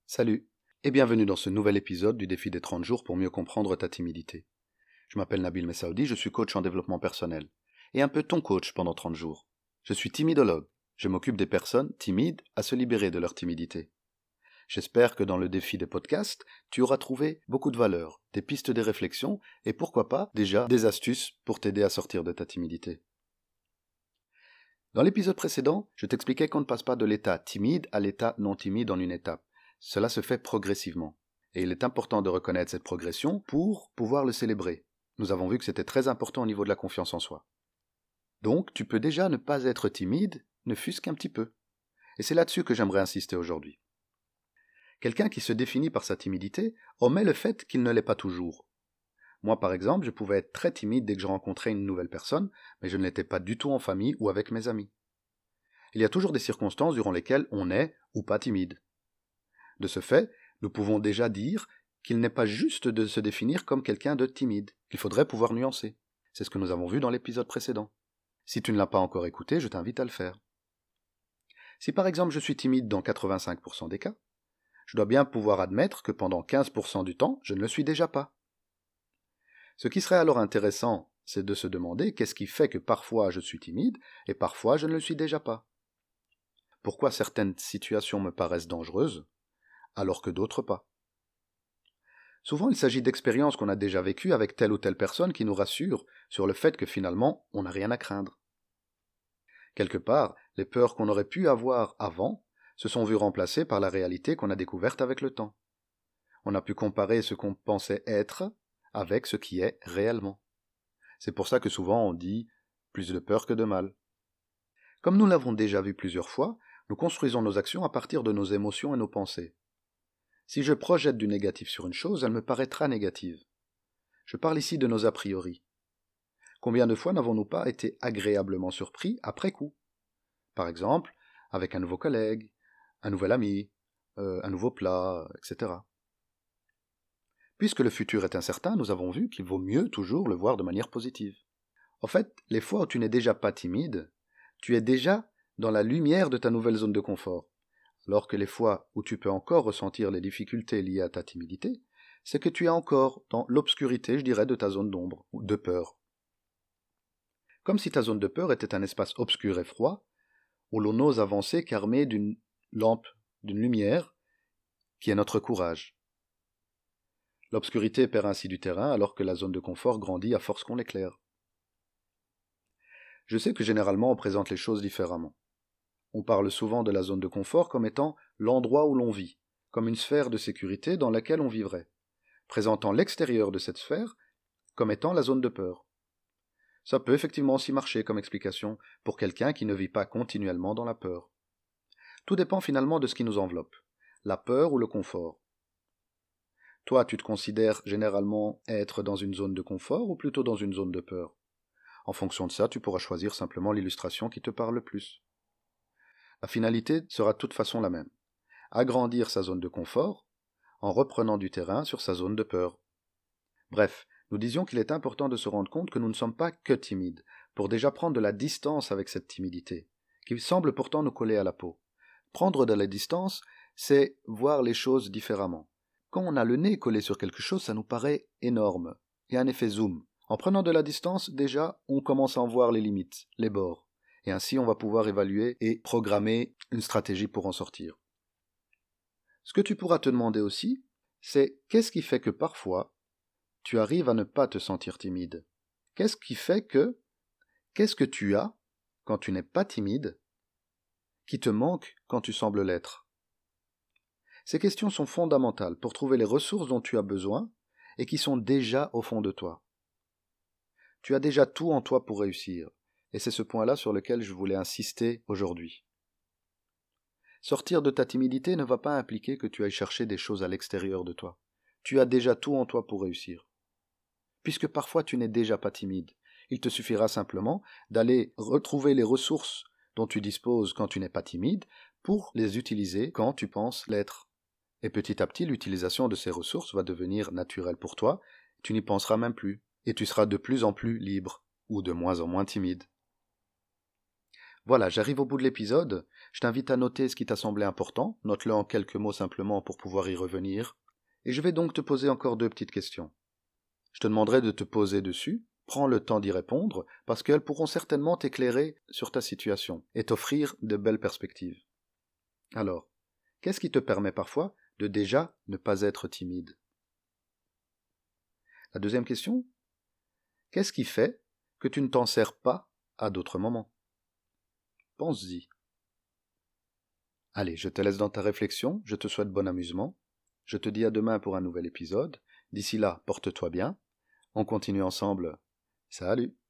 Salut et bienvenue dans ce nouvel épisode du défi des 30 jours pour mieux comprendre ta timidité. Je m'appelle Nabil Messaoudi, je suis coach en développement personnel et un peu ton coach pendant 30 jours. Je suis timidologue, je m'occupe des personnes timides à se libérer de leur timidité. J'espère que dans le défi des podcasts, tu auras trouvé beaucoup de valeur, des pistes de réflexion et pourquoi pas déjà des astuces pour t'aider à sortir de ta timidité. Dans l'épisode précédent, je t'expliquais qu'on ne passe pas de l'état timide à l'état non timide en une étape. Cela se fait progressivement. Et il est important de reconnaître cette progression pour pouvoir le célébrer. Nous avons vu que c'était très important au niveau de la confiance en soi. Donc, tu peux déjà ne pas être timide, ne fût-ce qu'un petit peu. Et c'est là-dessus que j'aimerais insister aujourd'hui. Quelqu'un qui se définit par sa timidité omet le fait qu'il ne l'est pas toujours. Moi, par exemple, je pouvais être très timide dès que je rencontrais une nouvelle personne, mais je ne l'étais pas du tout en famille ou avec mes amis. Il y a toujours des circonstances durant lesquelles on est ou pas timide. De ce fait, nous pouvons déjà dire qu'il n'est pas juste de se définir comme quelqu'un de timide, qu'il faudrait pouvoir nuancer. C'est ce que nous avons vu dans l'épisode précédent. Si tu ne l'as pas encore écouté, je t'invite à le faire. Si par exemple je suis timide dans 85% des cas, je dois bien pouvoir admettre que pendant 15% du temps, je ne le suis déjà pas. Ce qui serait alors intéressant, c'est de se demander qu'est-ce qui fait que parfois je suis timide et parfois je ne le suis déjà pas. Pourquoi certaines situations me paraissent dangereuses alors que d'autres pas. Souvent, il s'agit d'expériences qu'on a déjà vécues avec telle ou telle personne qui nous rassure sur le fait que finalement, on n'a rien à craindre. Quelque part, les peurs qu'on aurait pu avoir avant se sont vues remplacées par la réalité qu'on a découverte avec le temps. On a pu comparer ce qu'on pensait être avec ce qui est réellement. C'est pour ça que souvent on dit plus de peur que de mal. Comme nous l'avons déjà vu plusieurs fois, nous construisons nos actions à partir de nos émotions et nos pensées. Si je projette du négatif sur une chose, elle me paraîtra négative. Je parle ici de nos a priori. Combien de fois n'avons-nous pas été agréablement surpris après coup? Par exemple, avec un nouveau collègue, un nouvel ami, un nouveau plat, etc. Puisque le futur est incertain, nous avons vu qu'il vaut mieux toujours le voir de manière positive. En fait, les fois où tu n'es déjà pas timide, tu es déjà dans la lumière de ta nouvelle zone de confort. Alors que les fois où tu peux encore ressentir les difficultés liées à ta timidité, c'est que tu es encore dans l'obscurité, je dirais, de ta zone d'ombre, ou de peur. Comme si ta zone de peur était un espace obscur et froid, où l'on ose avancer qu'armé d'une lampe, d'une lumière, qui est notre courage. L'obscurité perd ainsi du terrain alors que la zone de confort grandit à force qu'on l'éclaire. Je sais que généralement on présente les choses différemment. On parle souvent de la zone de confort comme étant l'endroit où l'on vit, comme une sphère de sécurité dans laquelle on vivrait, présentant l'extérieur de cette sphère comme étant la zone de peur. Ça peut effectivement aussi marcher comme explication pour quelqu'un qui ne vit pas continuellement dans la peur. Tout dépend finalement de ce qui nous enveloppe, la peur ou le confort. Toi, tu te considères généralement être dans une zone de confort ou plutôt dans une zone de peur? En fonction de ça, tu pourras choisir simplement l'illustration qui te parle le plus. La finalité sera de toute façon la même. Agrandir sa zone de confort en reprenant du terrain sur sa zone de peur. Bref, nous disions qu'il est important de se rendre compte que nous ne sommes pas que timides, pour déjà prendre de la distance avec cette timidité, qui semble pourtant nous coller à la peau. Prendre de la distance, c'est voir les choses différemment. Quand on a le nez collé sur quelque chose, ça nous paraît énorme. Il y a un effet zoom. En prenant de la distance, déjà, on commence à en voir les limites, les bords. Et ainsi, on va pouvoir évaluer et programmer une stratégie pour en sortir. Ce que tu pourras te demander aussi, c'est qu'est-ce qui fait que parfois, tu arrives à ne pas te sentir timide? Qu'est-ce que tu as, quand tu n'es pas timide, qui te manque quand tu sembles l'être? Ces questions sont fondamentales pour trouver les ressources dont tu as besoin et qui sont déjà au fond de toi. Tu as déjà tout en toi pour réussir, et c'est ce point-là sur lequel je voulais insister aujourd'hui. Sortir de ta timidité ne va pas impliquer que tu ailles chercher des choses à l'extérieur de toi. Tu as déjà tout en toi pour réussir. Puisque parfois tu n'es déjà pas timide, il te suffira simplement d'aller retrouver les ressources dont tu disposes quand tu n'es pas timide pour les utiliser quand tu penses l'être. Et petit à petit, l'utilisation de ces ressources va devenir naturelle pour toi, tu n'y penseras même plus, et tu seras de plus en plus libre, ou de moins en moins timide. Voilà, j'arrive au bout de l'épisode. Je t'invite à noter ce qui t'a semblé important, note-le en quelques mots simplement pour pouvoir y revenir. Et je vais donc te poser encore 2 petites questions. Je te demanderai de te poser dessus, prends le temps d'y répondre, parce qu'elles pourront certainement t'éclairer sur ta situation et t'offrir de belles perspectives. Alors, qu'est-ce qui te permet parfois de déjà ne pas être timide? La deuxième question, qu'est-ce qui fait que tu ne t'en sers pas à d'autres moments? Pense-y. Allez, je te laisse dans ta réflexion, je te souhaite bon amusement. Je te dis à demain pour un nouvel épisode. D'ici là, porte-toi bien. On continue ensemble. Salut!